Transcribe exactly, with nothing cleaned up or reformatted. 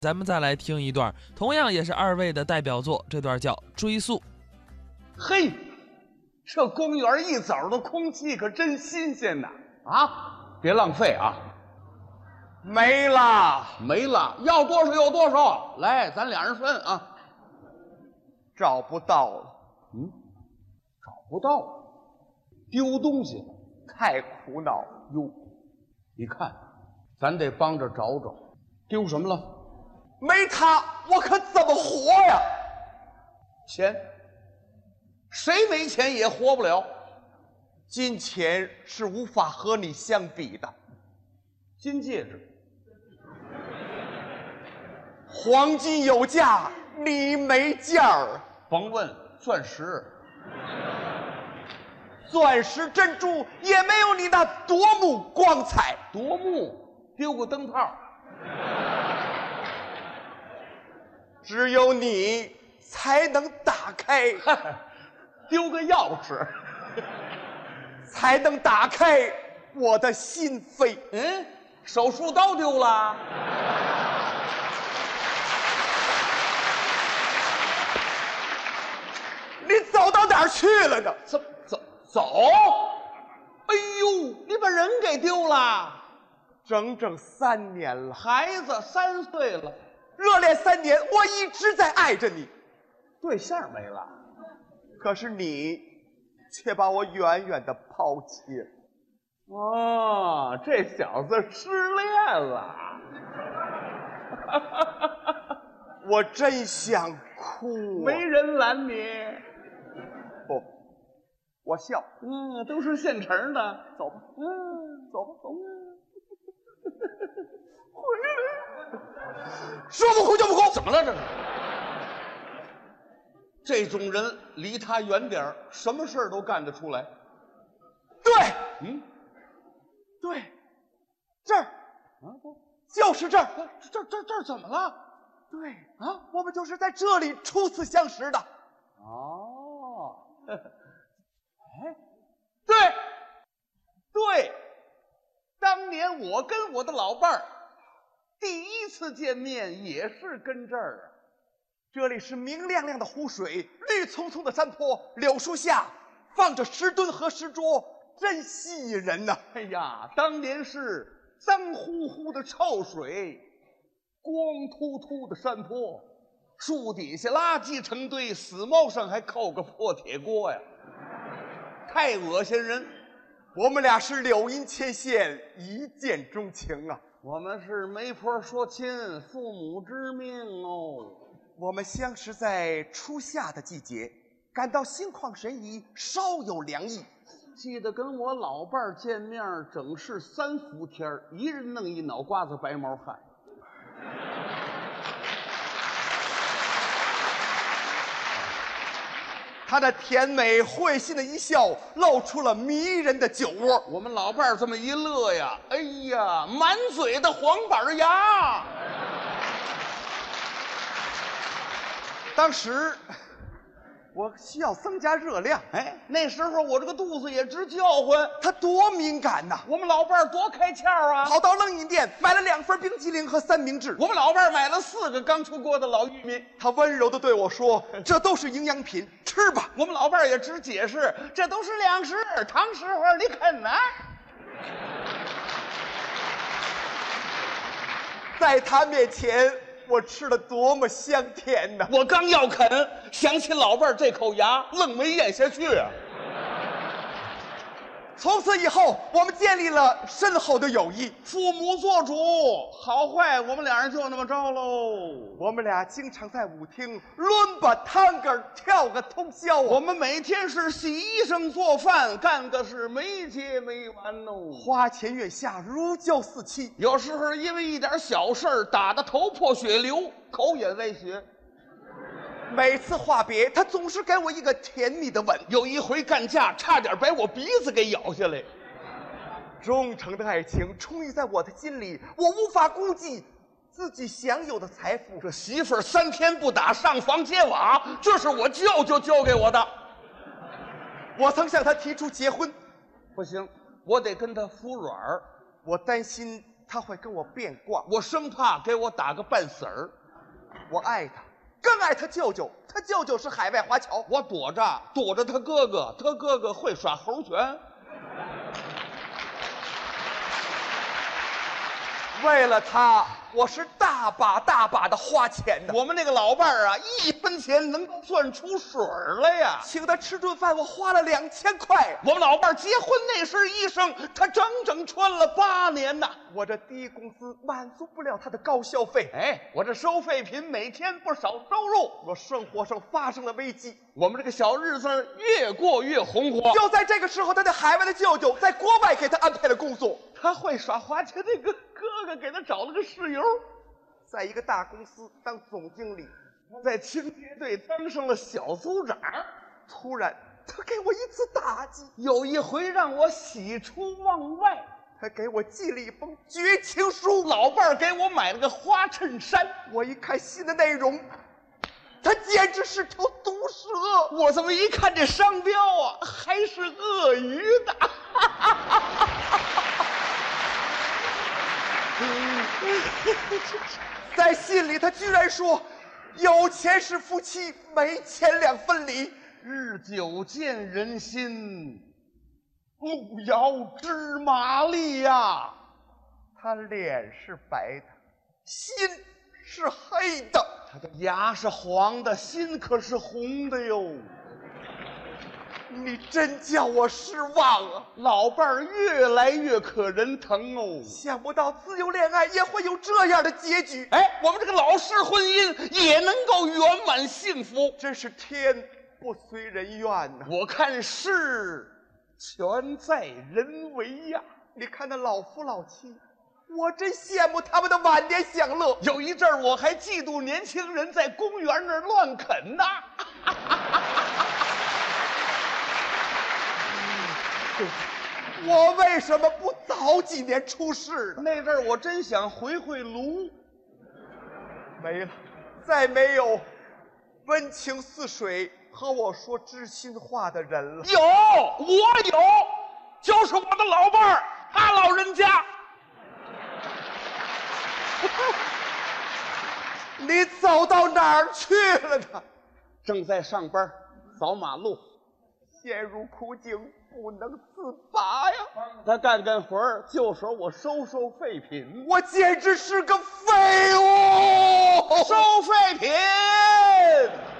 咱们再来听一段，同样也是二位的代表作，这段叫《追溯》。 嘿，这公园一早的空气可真新鲜呐！啊，别浪费啊！没了，没了，要多少有多少，来，咱俩人分啊。找不到了，嗯，找不到了，丢东西了，太苦恼了哟！你看，咱得帮着找找，丢什么了？没他，我可怎么活呀？钱，谁没钱也活不了。金钱是无法和你相比的。金戒指，黄金有价，你没价儿。甭问，钻石，钻石珍珠也没有你那夺目光彩。夺目，丢个灯泡。只有你才能打开，丢个钥匙才能打开我的心扉。嗯，手术刀丢了，你走到哪儿去了呢？走走走！哎呦，你把人给丢了，整整三年了，孩子三岁了。热恋三年，我一直在爱着你，对象没了，可是你却把我远远的抛弃了。哦，这小子失恋了，我真想哭，没人拦你。不，我笑。嗯，都是现成的。走吧，嗯，走吧，走吧。回来。说不哭就不哭，怎么了这是？这种人离他远点儿，什么事儿都干得出来。对，嗯，对，这儿啊，就是这儿，这这这儿怎么了？对啊，我们就是在这里初次相识的。哦，哎，对，对，当年我跟我的老伴儿。第一次见面也是跟这儿啊，这里是明亮亮的湖水，绿葱葱的山坡，柳树下放着石墩和石桌，真吸引人呐！哎呀，当年是脏乎乎的臭水，光秃秃的山坡，树底下垃圾成堆，死猫上还扣个破铁锅呀，太恶心人。我们俩是柳荫牵线，一见钟情啊！我们是媒婆说亲，父母之命哦。我们相识在初夏的季节，感到心旷神怡，稍有凉意。记得跟我老伴儿见面，整是三伏天，一人弄一脑瓜子白毛汗。他的甜美会心的一笑，露出了迷人的酒窝。我们老伴儿这么一乐呀，哎呀，满嘴的黄板牙。当时我需要增加热量，哎，那时候我这个肚子也直叫唤，他多敏感呐！我们老伴儿多开窍啊，跑到冷饮店买了两份冰激凌和三明治。我们老伴儿买了四个刚出锅的老玉米，他温柔地对我说：“这都是营养品，吃吧。”我们老伴儿也直解释：“这都是粮食，糖时候你啃呐。”在他面前。我吃的多么香甜呐！我刚要啃，想起老伴儿这口牙，愣没咽下去啊。从此以后，我们建立了深厚的友谊。父母做主，好坏我们俩人就那么着喽。我们俩经常在舞厅抡把探戈跳个通宵、啊。我们每天是洗衣裳做饭，干个是没结没完哦。花前月下，如胶似漆。有时候因为一点小事儿打得头破血流，口也歪斜。每次话别，他总是给我一个甜蜜的吻。有一回干架，差点把我鼻子给咬下来。忠诚的爱情充溢在我的心里，我无法估计自己享有的财富。这媳妇儿三天不打上房揭瓦，这是我舅舅教给我的。我曾向他提出结婚，不行，我得跟他服软儿。我担心他会跟我变卦， 我生怕给我打个半死儿。 我爱他，更爱他舅舅，他舅舅是海外华侨， 我躲着躲着他哥哥，他哥哥会耍猴拳。 为了他，我是大把大把的花钱的。 我们那个老伴儿啊，一分钱能赚出水来呀！ 请他吃顿饭，我花了两千块。 我们老伴儿结婚那身衣裳，他整整穿了八年呐。 我这低工资满足不了他的高消费。 哎，我这收废品每天不少收入， 我生活上发生了危机， 我们这个小日子越过越红火。 就在这个时候，他的海外的舅舅在国外给他安排了工作， 他会耍滑稽，那个哥哥给他找了个室友， 在一个大公司当总经理， 在清洁队当上了小组长。 突然，他给我一次打击。 有一回让我喜出望外， 他给我寄了一封绝情书， 老伴儿给我买了个花衬衫。 我一看信的内容，他简直是条毒蛇。 我这么一看，这商标啊，还是鳄鱼的。 在信里，他居然说：“有钱是夫妻，没钱两分离。 日久见人心，路遥知马力呀。” 他脸是白的，心是黑的。 他的牙是黄的，心可是红的哟。 你真叫我失望啊！ 老伴儿越来越可人疼哦。 想不到自由恋爱也会有这样的结局。 哎，我们这个老式婚姻也能够圆满幸福， 真是天不遂人愿呐！ 我看事全在人为呀。 你看那老夫老妻，我真羡慕他们的晚年享乐。 有一阵儿我还嫉妒年轻人在公园那儿乱啃呢。 我为什么不早几年出世呢？ 那阵儿我真想回回炉。 没了，再没有温情似水和我说知心话的人了。 有，我有，就是我的老伴儿，他老人家。 你走到哪儿去了呢？ 正在上班，扫马路， 陷入苦境不能自拔呀！ 他干干活儿，就说我收收废品， 我简直是个废物！ 收废品。